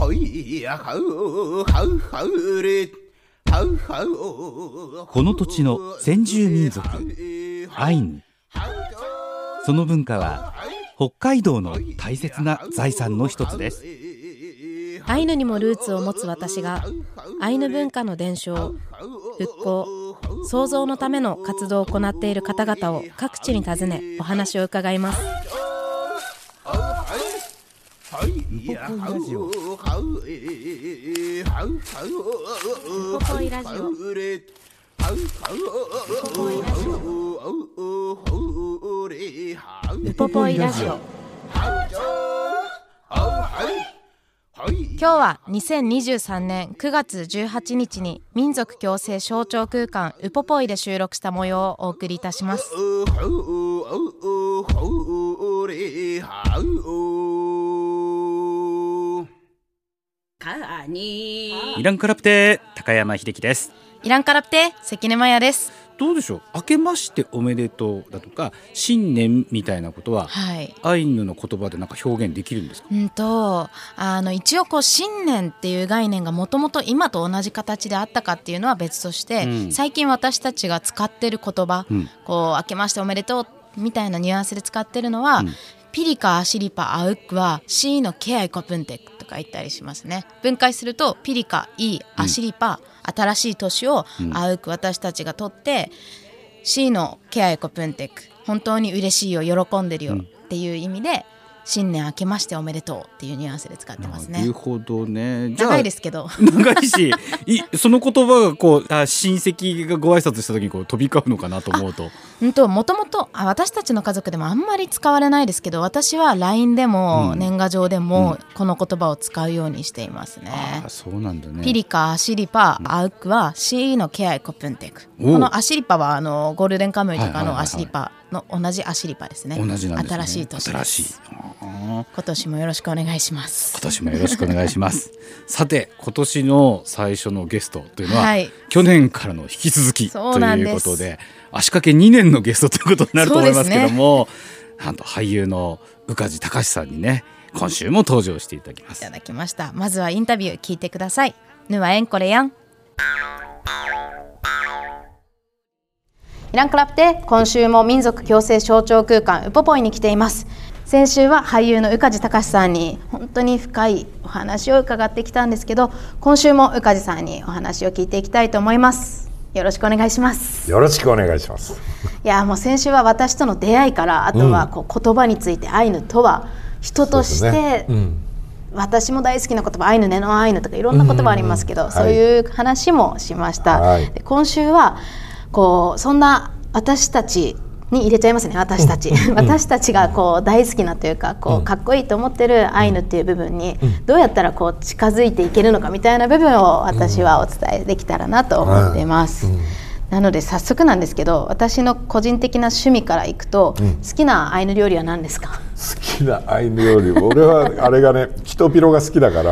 この土地の先住民族アイヌ、その文化は北海道の大切な財産の一つです。 アイヌにもルーツを持つ私がアイヌ文化の伝承、復興、創造のための活動を行っている方々を各地に訪ねお話を伺います。 ウポポイラジオ。ウポポイラジオ。ウポポイラジオ。今日は2023年9月18日に民族共生象徴空間ウポポイで収録した模様をお送りいたします。 イランカラプテ高山秀樹です。 イランカラプテ関根麻也です。 どうでしょう、明けましておめでとうだとか新年みたいなことは、アイヌの言葉でなんか表現できるんですか？ 一応こう新年っていう概念がもともと今と同じ形であったかっていうのは別として、最近私たちが使ってる言葉、こう明けましておめでとうみたいなニュアンスで使ってるのは、ピリカアシリパアウックはシーのケアイコプンテクとか言ったりしますね。分解するとピリカイアシリパ、新しい年をアウック私たちがとって、シーのケアイコプンテク本当に嬉しいよ喜んでるよっていう意味で、新年明けましておめでとうっていうニュアンスで使ってますね。 なるほどね。 長いですけど長いしその言葉がこう親戚がご挨拶した時にこう飛び交うのかなと思うと、 もともと私たちの家族でもあんまり使われないですけど、私は LINE でも年賀状でもこの言葉を使うようにしていますね。 そうなんだね。 ピリカアシリパアウクはシーのケアイコプンテク。このアシリパはゴールデンカムイとかのアシリパの同じアシリパですね。 同じなんですね。 新しい年です。今年もよろしくお願いします。 今年もよろしくお願いしますさて今年の最初のゲストというのは、去年からの引き続きということで、足掛け2年のゲストということになると思いますけども、なんと俳優の宇梶隆さんにね、今週も登場していただきます。 いただきました。まずはインタビュー聞いてください。ぬはえんこれやん。イランクラプテ、今週も民族共生象徴空間ウポポイに来ています。先週は俳優の宇梶隆さんに本当に深いお話を伺ってきたんですけど、今週も宇梶さんにお話を聞いていきたいと思います。よろしくお願いします。 よろしくお願いします。 いやもう先週は私との出会いから、あとはこう言葉について、アイヌとは人として、私も大好きな言葉アイヌネノアイヌとかいろんな言葉ありますけど、そういう話もしました。で今週はこうそんな私たちに入れちゃいますね。私たちがこう大好きなというか、こうかっこいいと思ってるアイヌっていう部分にどうやったらこう近づいていけるのかみたいな部分を私はお伝えできたらなと思っています。なので早速なんですけど、私の個人的な趣味からいくと、好きなアイヌ料理は何ですか？ 好きなアイヌ料理、俺はあれがねキトピロが好きだから。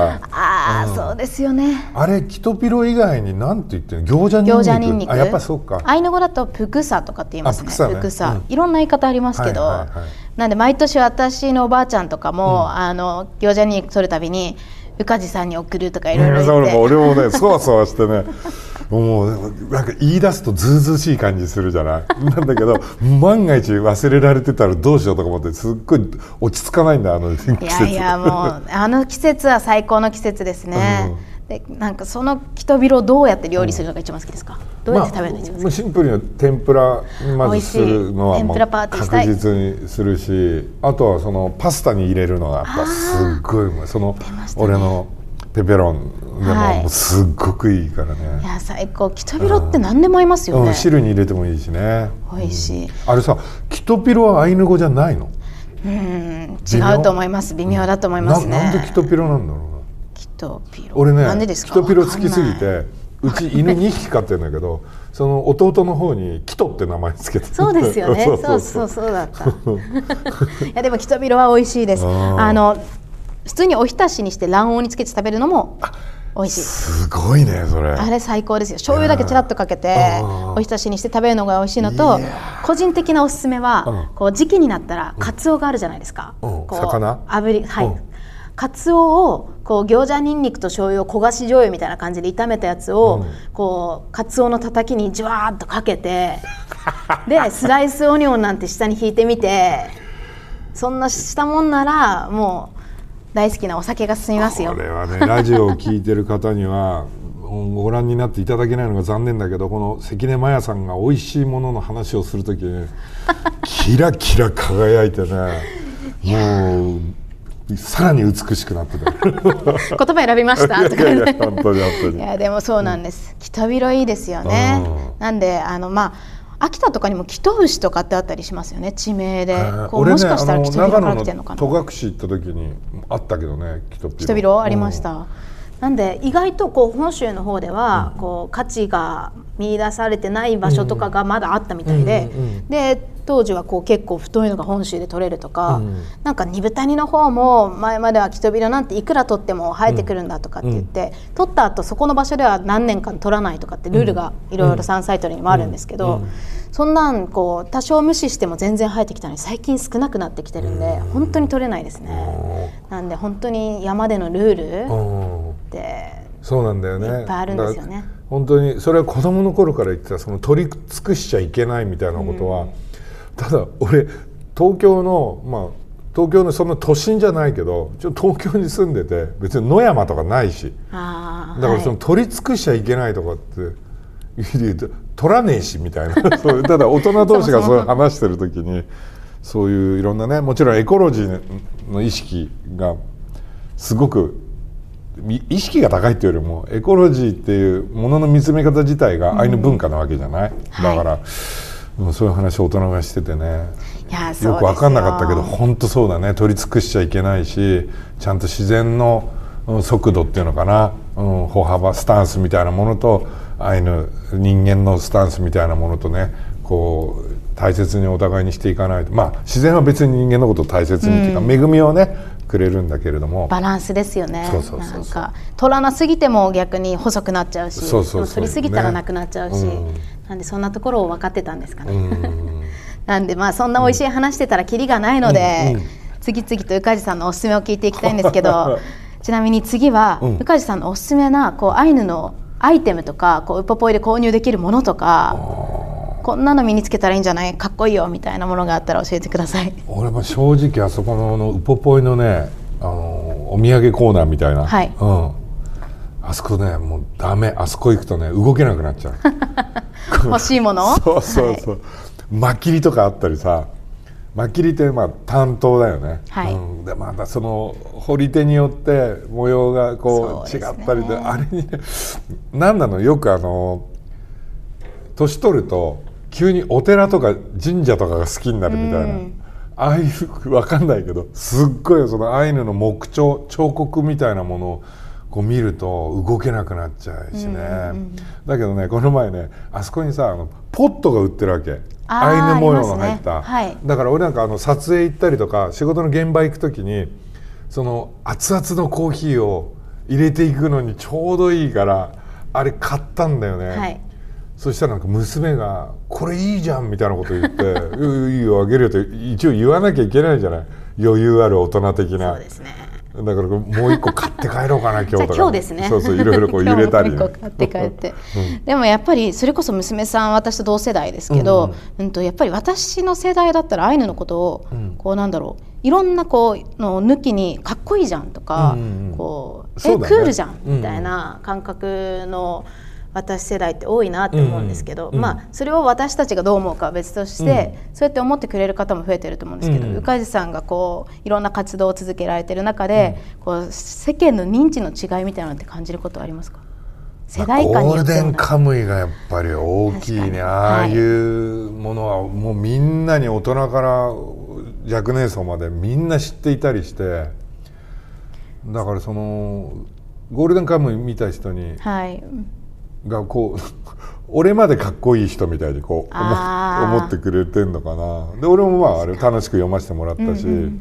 そうですよね。あれキトピロ以外に何て言ってるの？餃子ニンニク。やっぱそうか。 アイヌ語だとプクサとかって言いますね。プクサ、いろんな言い方ありますけど、なんで毎年私のおばあちゃんとかも、餃子ニンニク取るたびに宇梶さんに送るとかいろいろ言って、 俺もねそわそわしてねもうなんか言い出すとずうずうしい感じするじゃないなんだけど万が一忘れられてたらどうしようとか思って、すっごい落ち着かないんだ季節。 いやもう季節は最高の季節ですね。でなんかそのキトビロをどうやって料理するのが一番好きですか？どうやって食べるのが一番好き？ シンプルに天ぷらまずするのはもう確実にするし、あとはそのパスタに入れるのがやっぱすっごいうまい。その俺のペペロンでもすっごくいいからね。 いや最高。キトビロって何でも合いますよね。 汁に入れてもいいしね。 美味しい。 あれさ、キトピロはアイヌ語じゃないの？ 違うと思います。微妙だと思いますね。 なんでキトピロなんだろうな。 キトピロ。 俺ね、 なんでですか？ キトピロ好きすぎて、うち犬2匹飼ってるんだけど、その弟の方にキトって名前つけて。 そうですよね。そうだった。いやでもキトビロは美味しいです。普通におひたしにして卵黄につけて食べるのも美味しい。 すごいねそれ。 あれ最高ですよ。醤油だけちらっとかけておひたしにして食べるのが美味しいのと、個人的なおすすめは、こう時期になったらカツオがあるじゃないですか。 魚？ 炙り、 カツオをこう餃子ニンニクと醤油を焦がし醤油みたいな感じで炒めたやつを、こうカツオのたたきにじわーっとかけてでスライスオニオンなんて下に引いてみて、そんなしたもんならもう大好きなお酒が進みますよ。 これはね、ラジオを聞いてる方にはご覧になっていただけないのが残念だけど、この関根摩耶さんが美味しいものの話をするときにキラキラ輝いてね、もうさらに美しくなってた言葉選びましたとかね。 本当に本当に。 いやでもそうなんです、キトビロいいですよね。なんで秋田とかにもキト牛とかってあったりしますよね、地名で。こうもしかしたらキトビロから来てるのかな。 長野の戸隠行った時にあったけどね、 キトビロありました。なんで意外とこう本州の方ではこう価値が見出されてない場所とかがまだあったみたいで、で当時はこう結構太いのが本州で取れるとか、なんか二部谷の方も前まではキトビロなんていくら取っても生えてくるんだとかって言って、取った後そこの場所では何年間取らないとかってルールがいろいろ山菜採りにもあるんですけど、そんなんこう多少無視しても全然生えてきたのに最近少なくなってきてるんで、本当に取れないですね。なんで本当に山でのルールってそうなんだよね、 いっぱいあるんですよね。 本当にそれは子供の頃から言ってた、その取り尽くしちゃいけないみたいなことは、ただ俺東京のそんな都心じゃないけど東京に住んでて別に野山とかないし、だからその取り尽くしちゃいけないとかって言うと取らねえしみたいなそうただ大人同士がそう話してる時にそういういろんなね、もちろんエコロジーの意識がすごく意識が高いっていうよりもエコロジーっていうものの見つめ方自体がアイヌ文化なわけじゃない、だから、そういう話を大人がしててね、よく分かんなかったけど本当そうだね、取り尽くしちゃいけないし、ちゃんと自然の速度っていうのかな、歩幅スタンスみたいなものとアイヌ人間のスタンスみたいなものとね、こう大切にお互いにしていかないと、自然は別に人間のことを大切にっていうか、恵みをねくれるんだけれども、 バランスですよね。なんか取らなすぎても逆に細くなっちゃうし、取りすぎたらなくなっちゃうし、なんでそんなところを分かってたんですかね。なんでそんな美味しい話してたらキリがないので、次々と宇梶さんのおすすめを聞いていきたいんですけどちなみに次は宇梶さんのおすすめなこうアイヌのアイテムとか、こうウポポイで購入できるものとか、こんなの身につけたらいいんじゃない、かっこいいよみたいなものがあったら教えてください。 俺も正直あそこのウポポイのね、お土産コーナーみたいな、あそこねもうダメ、あそこ行くとね動けなくなっちゃう欲しいものそう、まきりとかあったりさ、まきりって担当だよね、でまたその彫り手によって模様がこう違ったりで、あれにね何なの、よく年取ると急にお寺とか神社とかが好きになるみたいな、ああいう分かんないけどすっごいそのアイヌの木彫彫刻みたいなものをこう見ると動けなくなっちゃうしね、だけどねこの前ねあそこにさポットが売ってるわけ、アイヌ模様の入った、だから俺なんか撮影行ったりとか仕事の現場行く時にその熱々のコーヒーを入れていくのにちょうどいいからあれ買ったんだよね、そしたらなんか娘が「これいいじゃん」みたいなこと言って「いいよあげるよ」って一応言わなきゃいけないじゃない、余裕ある大人的な。そうですね、だからもう一個買って帰ろうかな今日とか、 今日ですね、 いろいろこう揺れたり、 今日もう一個買って帰ってでもやっぱりそれこそ娘さん私と同世代ですけど、やっぱり私の世代だったらアイヌのことをこうなんだろう、いろんなこうの抜きにかっこいいじゃんとか、こうクールじゃんみたいな感覚の私世代って多いなって思うんですけど、それを私たちがどう思うかは別として、そうやって思ってくれる方も増えてると思うんですけど、宇梶さんがこういろんな活動を続けられてる中で、こう世間の認知の違いみたいなのって感じることはありますか？世代間によってゴールデンカムイがやっぱり大きいね、ああいうものはもうみんなに大人から若年層までみんな知っていたりして、だからそのゴールデンカムイ見た人に、がこう俺までかっこいい人みたいにこう思ってくれてんのかな。で俺もあれ楽しく読ませてもらったし、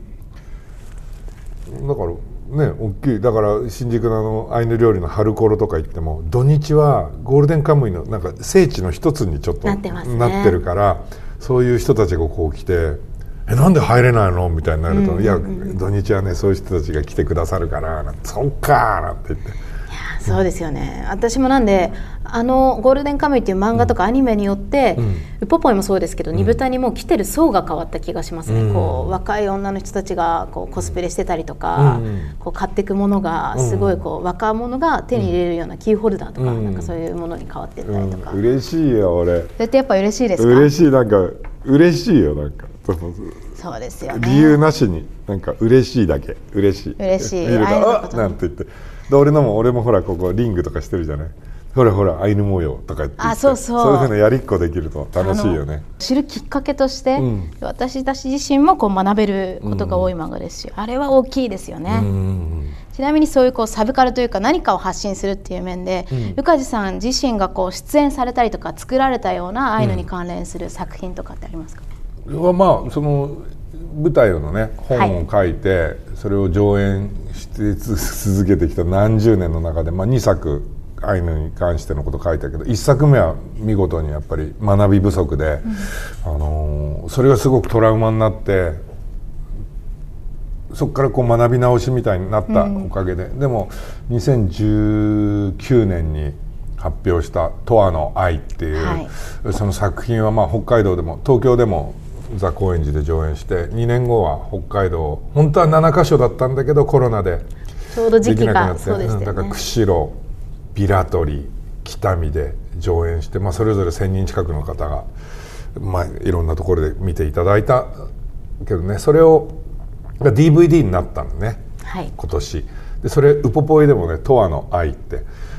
だからね大きい、だから新宿のアイヌ料理の春コロとか行っても土日はゴールデンカムイのなんか聖地の一つにちょっとなってるから、そういう人たちがこう来てなんで入れないのみたいになると、いや土日はねそういう人たちが来てくださるからなんて、そっかーなんて言って。 そうですよね。私もなんでゴールデンカムイっていう漫画とかアニメによって、ウポポイもそうですけど、二豚にも来てる層が変わった気がしますね。こう若い女の人たちがこうコスプレしてたりとか、こう買っていくものがすごいこう若者が手に入れるようなキーホルダーとか、なんかそういうものに変わっていったりとか。 嬉しいよ俺。 それってやっぱ嬉しいですか？ 嬉しい、なんか嬉しいよ、なんか。 そうですよね。 理由なしになんか嬉しいだけ、嬉しい。 嬉しい。 見るとあなんて言って。で俺もほらここリングとかしてるじゃない。ほらアイヌ模様とか言って、そういうふうなやりっこできると楽しいよね。 知るきっかけとして、私たち自身もこう学べることが多い漫画ですし、あれは大きいですよね。ちなみにそういうこうサブカルというか何かを発信するっていう面で、宇梶さん自身がこう出演されたりとか作られたようなアイヌに関連する作品とかってありますか？ まあその舞台のね本を書いて、それを上演して続けてきた何十年の中で、2作アイヌに関してのこと書いたけど、1作目は見事にやっぱり学び不足で、それがすごくトラウマになって、そこからこう学び直しみたいになったおかげで、でも2019年に発表した「永遠の愛」っていう、その作品は北海道でも東京でもザ・高円寺で上演して、2年後は北海道、本当は7カ所だったんだけどコロナでちょうど時期がそうでしたよね。 だから釧路、平取、北見で上演して、それぞれ1000人近くの方が、いろんなところで見ていただいたけどね、それをが DVD になったんだね、今年で。それウポポイでもね「永遠の愛」って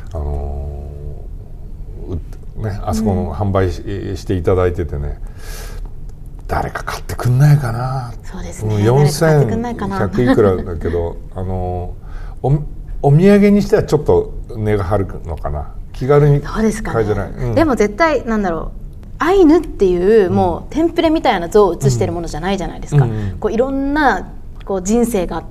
あそこの販売していただいててね、誰か買ってくんないかな。 そうですね。 4100いくらだけどお土産にしてはちょっと値が張るのかな。気軽に買いじゃない。 でも絶対なんだろう、アイヌっていうもうテンプレみたいな像を写してるものじゃないじゃないですか。こういろんなこう人生があって、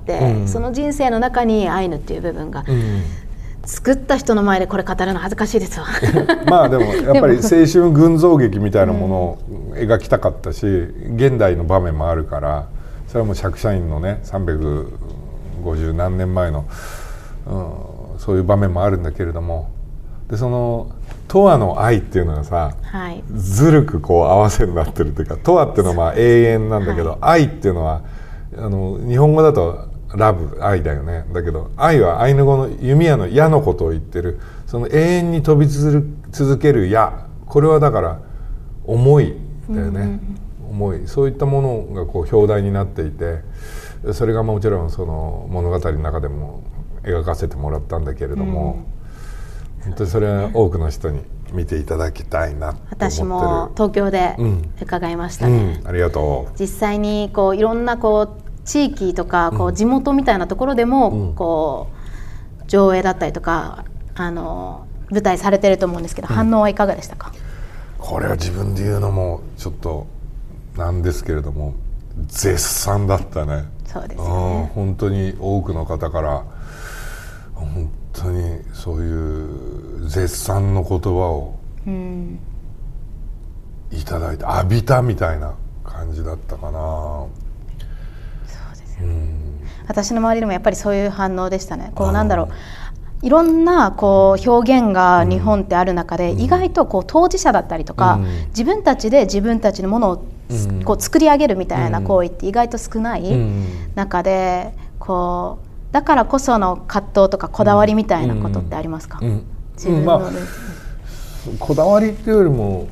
その人生の中にアイヌっていう部分が。作った人の前でこれ語るの恥ずかしいですわ。 でもやっぱり青春群像劇みたいなものを描きたかったし、現代の場面もあるから、それはもう釈迦院のね350何年前の、そういう場面もあるんだけれども、でその「永遠の愛」っていうのがさ、ずるくこう合わせになってるというか、永遠っていうのは永遠なんだけど、愛っていうのは日本語だとラブ、愛だよね。だけど愛はアイヌ語の弓矢の矢のことを言ってる、その永遠に飛び続ける矢、これはだから思いだよね。思い、そういったものがこう表題になっていて、それがもちろんその物語の中でも描かせてもらったんだけれども、本当にそれは多くの人に見ていただきたいなって思ってる。 私も東京で伺いましたね。 ありがとう。 実際にこういろんなこう地域とかこう地元みたいなところでもこう上映だったりとか舞台されてると思うんですけど、反応はいかがでしたか？ これは自分で言うのもちょっとなんですけれども、絶賛だったね。 そうですよね。 本当に多くの方から本当にそういう絶賛の言葉をいただいて、浴びたみたいな感じだったかな。 私の周りでもやっぱりそういう反応でしたね。こうなんだろう、いろんなこう表現が日本ってある中で、意外とこう当事者だったりとか、自分たちで自分たちのものをこう作り上げるみたいな行為って意外と少ない中で、こうだからこその葛藤とかこだわりみたいなことってありますか？自分のこだわりっていうよりも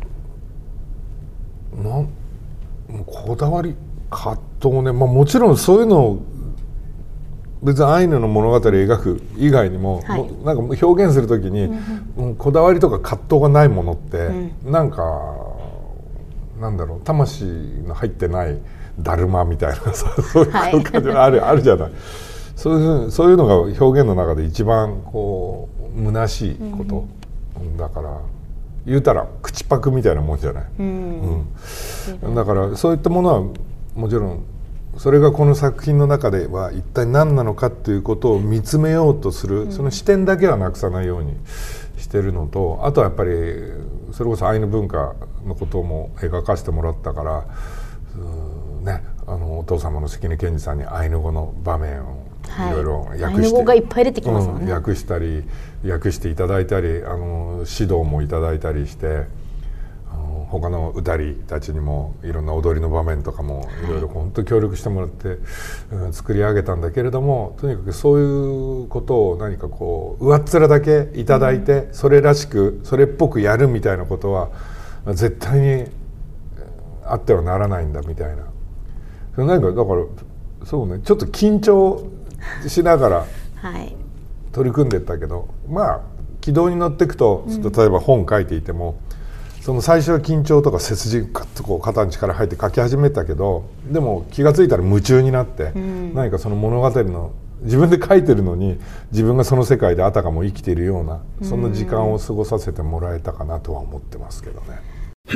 こだわり、葛藤ね。もちろんそういうのを別にアイヌの物語を描く以外にも、なんか表現するときに、こだわりとか葛藤がないものって、なんかなんだろう、魂の入ってないだるまみたいなさ、そういう感じがあるじゃない。そういうのが表現の中で一番こう虚しいこと、だから言うたら口パクみたいなもんじゃない。だからそういったものはもちろん、それがこの作品の中では一体何なのかっていうことを見つめようとする、その視点だけはなくさないようにしてるのと、あとはやっぱりそれこそアイヌ文化のことも描かせてもらったからね、 お父様の関根健二さんにアイヌ語の場面をいろいろ訳して、 アイヌ語がいっぱい出てきますもんね、 訳していただいたり指導もいただいたりして、他の歌りたちにもいろんな踊りの場面とかもいろいろ本当協力してもらって、作り上げたんだけれども、とにかくそういうことを何かこう上っ面だけいただいて、それらしくそれっぽくやるみたいなことは絶対にあってはならないんだみたいな、何かだからそうね、ちょっと緊張しながら取り組んでったけど、まあ軌道に乗っていくと、例えば本書いていても、その最初は緊張とか背筋ガッとこう肩に力入って書き始めたけど、でも気が付いたら夢中になって、何かその物語の自分で書いてるのに自分がその世界であたかも生きているような、そんな時間を過ごさせてもらえたかなとは思ってますけどね。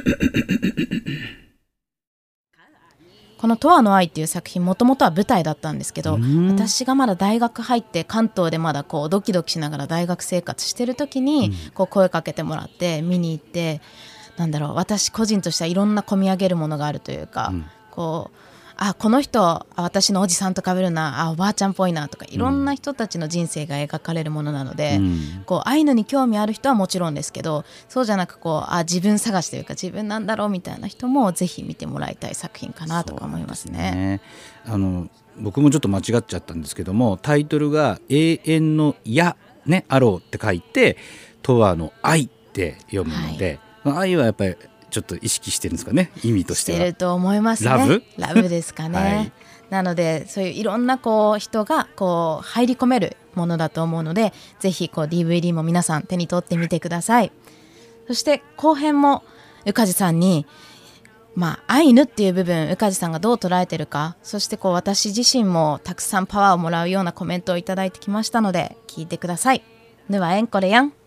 この「永遠の愛」っていう作品、もともとは舞台だったんですけど、私がまだ大学入って関東でまだこうドキドキしながら大学生活してる時にこう声かけてもらって見に行って、私個人としてはいろんな込み上げるものがあるというか、この人私のおじさんと被るな、おばあちゃんっぽいなとか、いろんな人たちの人生が描かれるものなので、こうアイヌに興味ある人はもちろんですけど、そうじゃなく自分探しというか自分なんだろうみたいな人もぜひ見てもらいたい作品かなとか思いますね。 僕もちょっと間違っちゃったんですけども、タイトルが永遠の矢、ね、アローって書いて永遠の愛って読むので、愛はやっぱりちょっと意識してるんですかね、意味としては。 してると思いますね。ラブですかね、なのでそういういろんな人が入り込めるものだと思うので、ぜひDVD も皆さん手に取ってみてください。そして後編も宇梶さんに、アイヌっていう部分、宇梶さんがどう捉えてるか、そして私自身もたくさんパワーをもらうようなコメントをいただいてきましたので聞いてください。ぬはえんこれやん。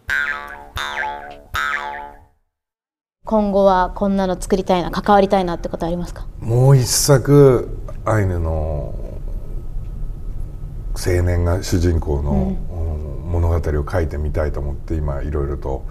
今後はこんなの作りたいな、関わりたいなってことありますか？ もう一作アイヌの青年が主人公の物語を書いてみたいと思って、今いろいろと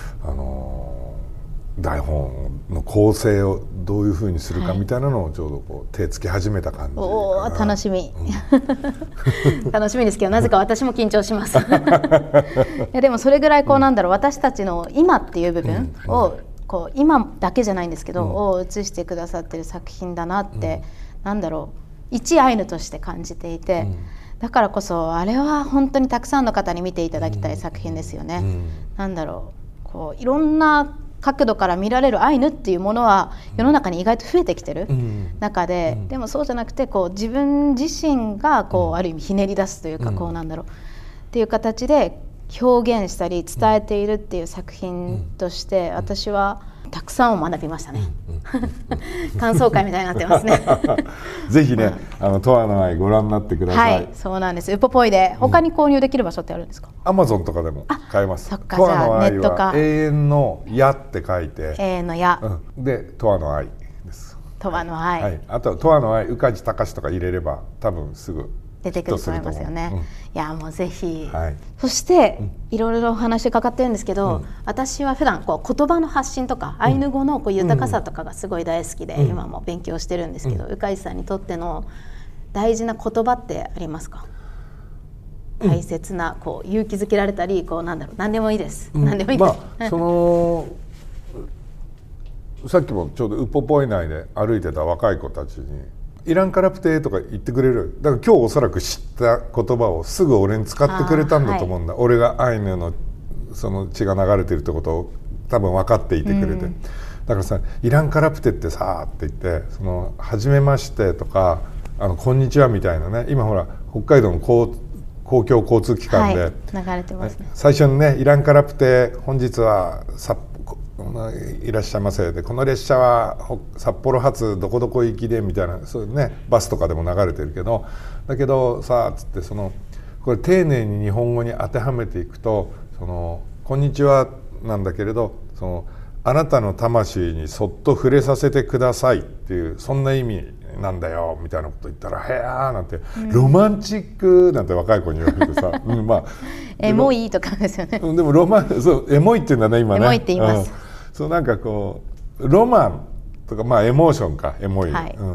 台本の構成をどういうふうにするかみたいなのをちょうど手つけ始めた感じかな。 楽しみ、楽しみですけど、なぜか私も緊張しますいやでもそれぐらい私たちの今っていう部分を今だけじゃないんですけど、を映してくださってる作品だなって、一アイヌとして感じていて、だからこそあれは本当にたくさんの方に見ていただきたい作品ですよね。いろんな角度から見られるアイヌっていうものは世の中に意外と増えてきてる中で、でもそうじゃなくて自分自身がある意味ひねり出すというか、っていう形で表現したり伝えているっていう作品として、私はたくさんを学びましたね感想会みたいになってますねぜひね、永遠の愛ご覧になってください。 そうなんです。ウポポイで他に購入できる場所ってあるんですか ？Amazon とかでも買えます。 そっか、じゃあネットか。 永遠の矢って書いて、 永遠の矢、 で永遠の愛です。 永遠の愛、 あと永遠の愛宇梶隆とか入れれば多分すぐ出てくると思いますよね。いやもうぜひ、そしていろいろお話伺ってるんですけど、私は普段言葉の発信とかアイヌ語の豊かさとかがすごい大好きで、今も勉強してるんですけど、宇梶さんにとっての大事な言葉ってありますか？大切な勇気づけられたり何でもいいです、何でもいいです。 さっきもちょうどウポポイ内で歩いてた若い子たちにイランカラプテとか言ってくれる。だから今日おそらく知った言葉をすぐ俺に使ってくれたんだと思うんだ。俺がアイヌのその血が流れてるってことを多分分かっていてくれて、だからさイランカラプテってさって言って初めましてとかこんにちはみたいなね、今ほら北海道の公共交通機関で、 流れてますね。 最初にねイランカラプテ本日はいらっしゃいませで、この列車は札幌発どこどこ行きでみたいな、そういうねバスとかでも流れてるけど、だけどさあつってこれ丁寧に日本語に当てはめていくとこんにちはなんだけれどあなたの魂にそっと触れさせてくださいっていうそんな意味なんだよみたいなこと言ったら「へえ」なんて、ロマンチックなんて若い子に言われてさエモいとかですよね。 でもそうエモいって言うんだね今ね。 エモいって言います。 そうロマンとかエモーションかエモい、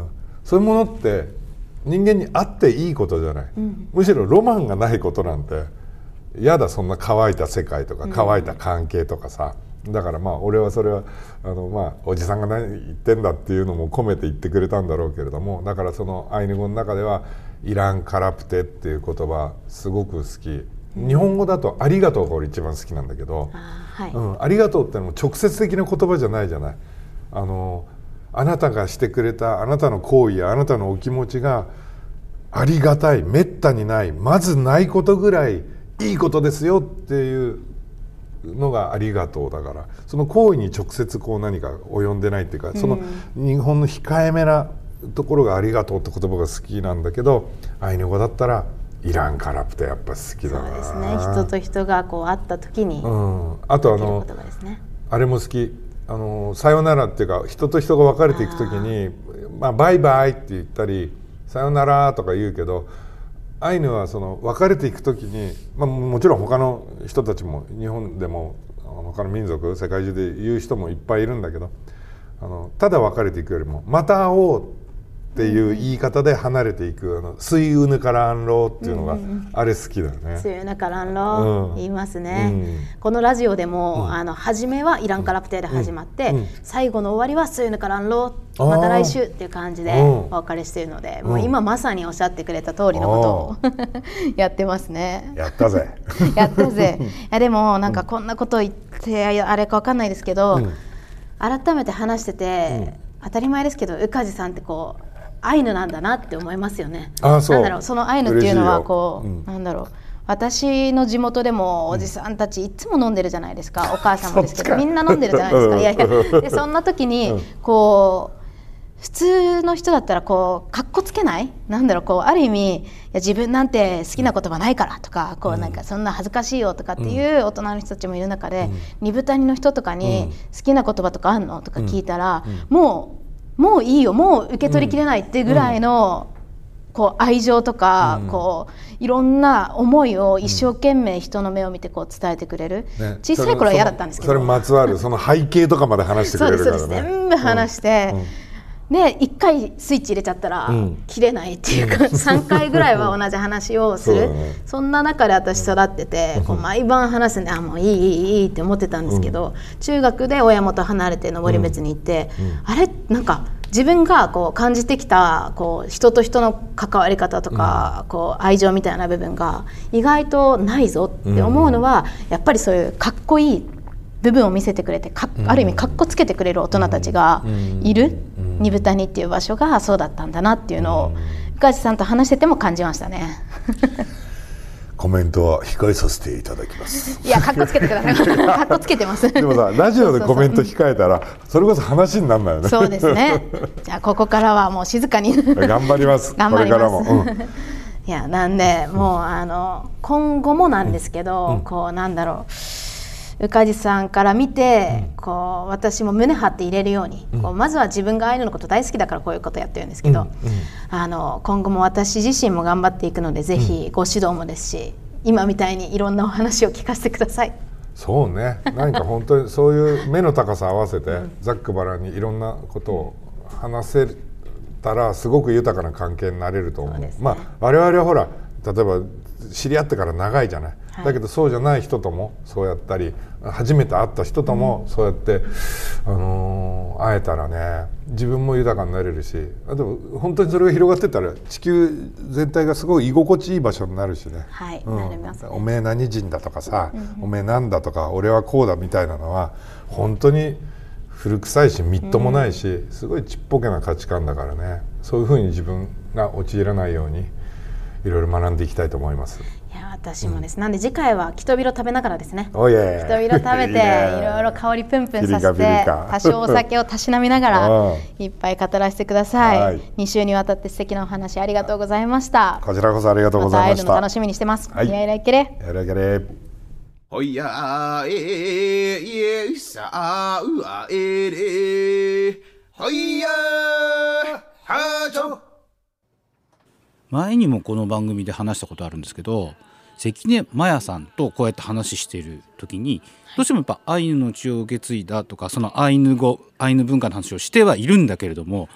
そういうものって人間にあっていいことじゃない、むしろロマンがないことなんてやだ。そんな乾いた世界とか乾いた関係とかさ、だからまあ俺はそれはおじさんが何言ってんだっていうのも込めて言ってくれたんだろうけれども、だからそのアイヌ語の中ではイランカラプテっていう言葉すごく好き。日本語だとありがとうが俺一番好きなんだけど、ありがとうってのも直接的な言葉じゃないじゃない。あなたがしてくれたあなたの行為やあなたのお気持ちがありがたい、めったにない、まずないことぐらいいいことですよっていうのがありがとうだから、その行為に直接こう何か及んでないっていうか、その日本の控えめなところがありがとうって言葉が好きなんだけど、アイヌ語だったらイランカラプテやっぱ好きだな。 そうですね、人と人がこう会った時に、 あとあれも好き。さよならっていうか、人と人が別れていく時にバイバイって言ったりさよならとか言うけど、アイヌはその別れていく時に、もちろん他の人たちも日本でも他の民族世界中で言う人もいっぱいいるんだけど、ただ別れていくよりもまた会おうっていう言い方で離れていく、スイウヌカランローっていうのがあれ好きだよね。 スイウヌカランロー言いますね、このラジオでも初めはイランカラプテで始まって、最後の終わりはスイウヌカランローまた来週っていう感じでお別れしているので、もう今まさにおっしゃってくれた通りのことをやってますね。 やったぜやったぜ。いやでもなんかこんなこと言ってあれか分かんないですけど、改めて話してて、当たり前ですけど宇梶さんってこうアイヌなんだなって思いますよね。なんだろう、そのアイヌっていうのはこう、なんだろう、私の地元でもおじさんたちいつも飲んでるじゃないですか。お母さんもですけどみんな飲んでるじゃないですか。いやいや、でそんな時にこう普通の人だったらこうかっこつけない、なんだろう、こうある意味、いや自分なんて好きな言葉ないからとか、こうなんかそんな恥ずかしいよとかっていう大人の人たちもいる中で、二部谷の人とかに好きな言葉とかあんのとか聞いたら、もういいよ、もう受け取りきれないっていうぐらいのこう愛情とか、こういろんな思いを一生懸命人の目を見てこう伝えてくれる、小さい頃は嫌だったんですけど、 それまつわるその背景とかまで話してくれるからね。 そうです、全部話して、で1回スイッチ入れちゃったら切れないっていうか、3回ぐらいは同じ話をする、そんな中で私育ってて、こう毎晩話すんで、もういいって思ってたんですけど、中学で親元離れて登別に行って、あれなんか自分がこう感じてきたこう人と人の関わり方とか、こう愛情みたいな部分が意外とないぞって思うのは、やっぱりそういうかっこいい部分を見せてくれて、ある意味かっこつけてくれる大人たちがいる二部谷っていう場所がそうだったんだなっていうのを宇梶さんと話してても感じましたね。 コメントは控えさせていただきます。 いや、かっこつけてください。かっこつけてます。 でもさ、ラジオでコメント控えたらそれこそ話にならないよね。 そうですね。じゃあここからはもう静かに頑張ります。 頑張ります。 これからも、 いや、なんでもう今後もなんですけど、こうなんだろう、宇梶さんから見て、こう私も胸張って入れるように、こうまずは自分がアイヌのこと大好きだからこういうことやってるんですけど、今後も私自身も頑張っていくので、ぜひご指導もですし、今みたいにいろんなお話を聞かせてください。 そうね、何か本当にそういう目の高さ合わせて、ざっくばらんにいろんなことを話せたらすごく豊かな関係になれると思う。我々はほら、例えば知り合ってから長いじゃない、だけどそうじゃない人ともそうやったり、初めて会った人ともそうやって、会えたらね、自分も豊かになれるし、あと本当にそれが広がってったら地球全体がすごい居心地いい場所になるしね、 なりますね。 おめえ何人だとかさ、おめえなんだとか、俺はこうだみたいなのは本当に古臭いしみっともないし、すごいちっぽけな価値観だからね、そういうふうに自分が陥らないようにいろいろ学んでいきたいと思います。 いや、私もです、なんで次回はキトビロ食べながらですね。 おいえ、 キトビロ食べていろいろ香りプンプンさせて、多少お酒をたしなみながらいっぱい語らせてください。2週にわたって素敵なお話ありがとうございました。 こちらこそありがとうございました。 また会えるの楽しみにしてます。いやいらいけれ。 やらけれ。 ほいやえさあうあえれほいやはちょ。 前にもこの番組で話したことあるんですけど、関根麻也さんとこうやって話している時に、どうしてもやっぱアイヌの血を受け継いだとか、そのアイヌ語アイヌ文化の話をしてはいるんだけれども、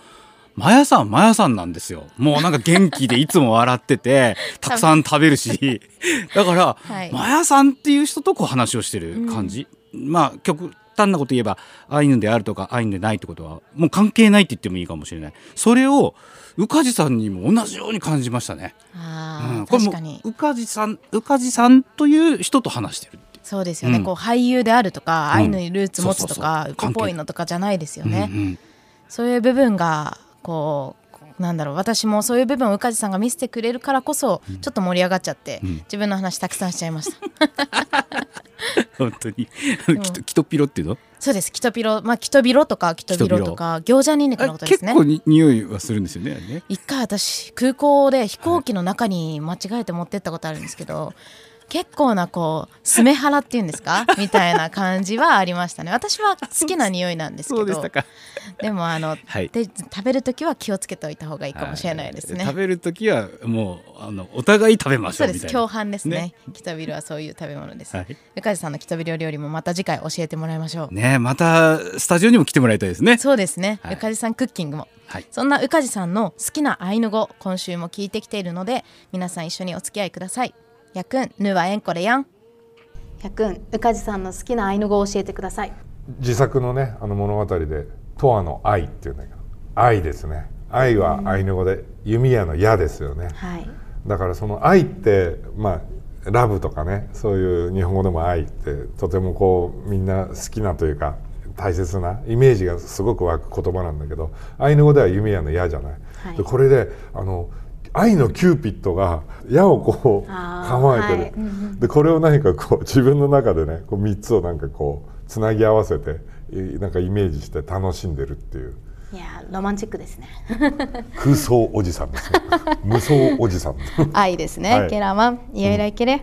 マヤさんなんですよ。もうなんか元気でいつも笑っててたくさん食べるしだから、はい、マヤさんっていう人とこう話をしてる感じ、まあ極端なこと言えばアイヌであるとかアイヌでないってことはもう関係ないって言ってもいいかもしれない。それを宇梶さんにも同じように感じましたね。これも宇梶さんという人と話してる。 そうですよね、こう俳優であるとか、アイヌにルーツ持つとか、ウコっぽいのとかじゃないですよね、そういう部分がこうなんだろう、私もそういう部分を宇梶さんが見せてくれるからこそちょっと盛り上がっちゃって、自分の話たくさんしちゃいました本当にキトピロっていうの？ そうです、キトピロ、キトビロとかキトビロとか餃子ニンニクのことですね。 結構匂いはするんですよね。 一回私空港で飛行機の中に間違えて持ってったことあるんですけど、結構なこうスメハラっていうんですかみたいな感じはありましたね。私は好きな匂いなんですけどでもで食べるときは気をつけておいた方がいいかもしれないですね。 食べるときはもうお互い食べましょうみたいな。 そうです、共犯ですね。キトビロはそういう食べ物です、宇梶さんのキトビロ料理もまた次回教えてもらいましょうね。またスタジオにも来てもらいたいですね。 そうですね、宇梶さんクッキングも、そんな宇梶さんの好きなアイヌ語今週も聞いてきているので皆さん一緒にお付き合いください。やくん、ぬはえんこれやん。やくん、宇梶さんの好きなアイヌ語を教えてください。 自作のね、物語でトワの愛っていうんだけど、愛ですね。愛はアイヌ語で弓矢の矢ですよね、だからその愛ってラブとかね、そういう日本語でも愛ってとてもこうみんな好きなというか大切なイメージがすごく湧く言葉なんだけど、アイヌ語では弓矢の矢じゃない、でこれで愛のキューピッドが矢をこう構えてる、でこれを何かこう自分の中でねこう3つをなんかこうつなぎ合わせてなんかイメージして楽しんでるっていう。 いやロマンチックですね空想おじさんですね無双おじさん愛ですね、ケラマンイエイライケレ、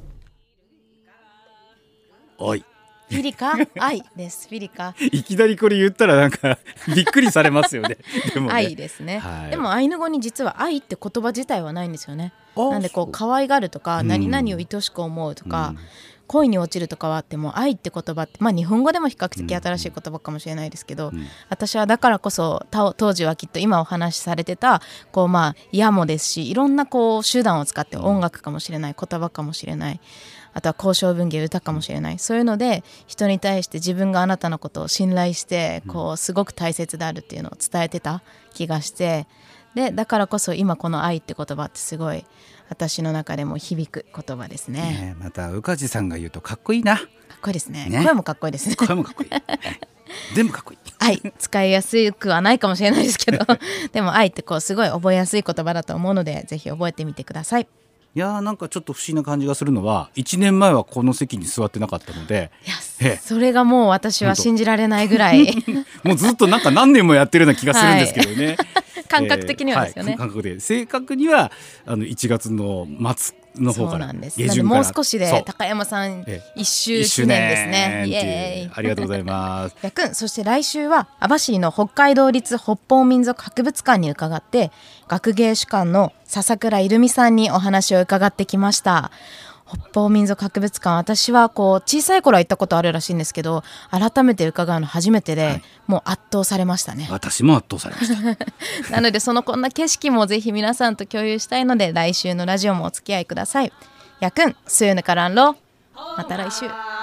おいフィリカ愛です。フィリカいきなりこれ言ったらなんかびっくりされますよねでもね愛ですね、でもアイヌ語に実は愛って言葉自体はないんですよね。なんでこう可愛がるとか、何々を愛しく思うとか、恋に落ちるとかはあっても愛って言葉って日本語でも比較的新しい言葉かもしれないですけど、私はだからこそ当時はきっと今お話しされてたこう矢もですし、いろんなこう手段を使って音楽かもしれない、言葉かもしれない、あとは交渉文芸歌かもしれない、そういうので人に対して自分があなたのことを信頼してこうすごく大切であるっていうのを伝えてた気がして、でだからこそ今この愛って言葉ってすごい私の中でも響く言葉ですね。 また宇梶さんが言うとかっこいいな。かっこいいですね。声もかっこいいですね。 声もかっこいい全部かっこいい。 愛使いやすくはないかもしれないですけどでも愛ってこうすごい覚えやすい言葉だと思うのでぜひ覚えてみてください。 いやなんかちょっと不思議な感じがするのは1年前はこの席に座ってなかったので、 それがもう私は信じられないぐらいもうずっとなんか何年もやってるような気がするんですけどね、 感覚的にはですよね、 感覚で正確には1月の末の方から下旬からもう少しで高山さん1周記念ですね。イエーイありがとうございますやくん、そして来週は網走の北海道立北方民族博物館に伺って学芸主幹の笹倉いるみさんにお話を伺ってきました。北方民族博物館、私はこう小さい頃は行ったことあるらしいんですけど改めて伺うの初めてで、もう圧倒されましたね。 私も圧倒されましたなのでこんな景色もぜひ皆さんと共有したいので来週のラジオもお付き合いください。やくん、スーヌカランロ、また来週。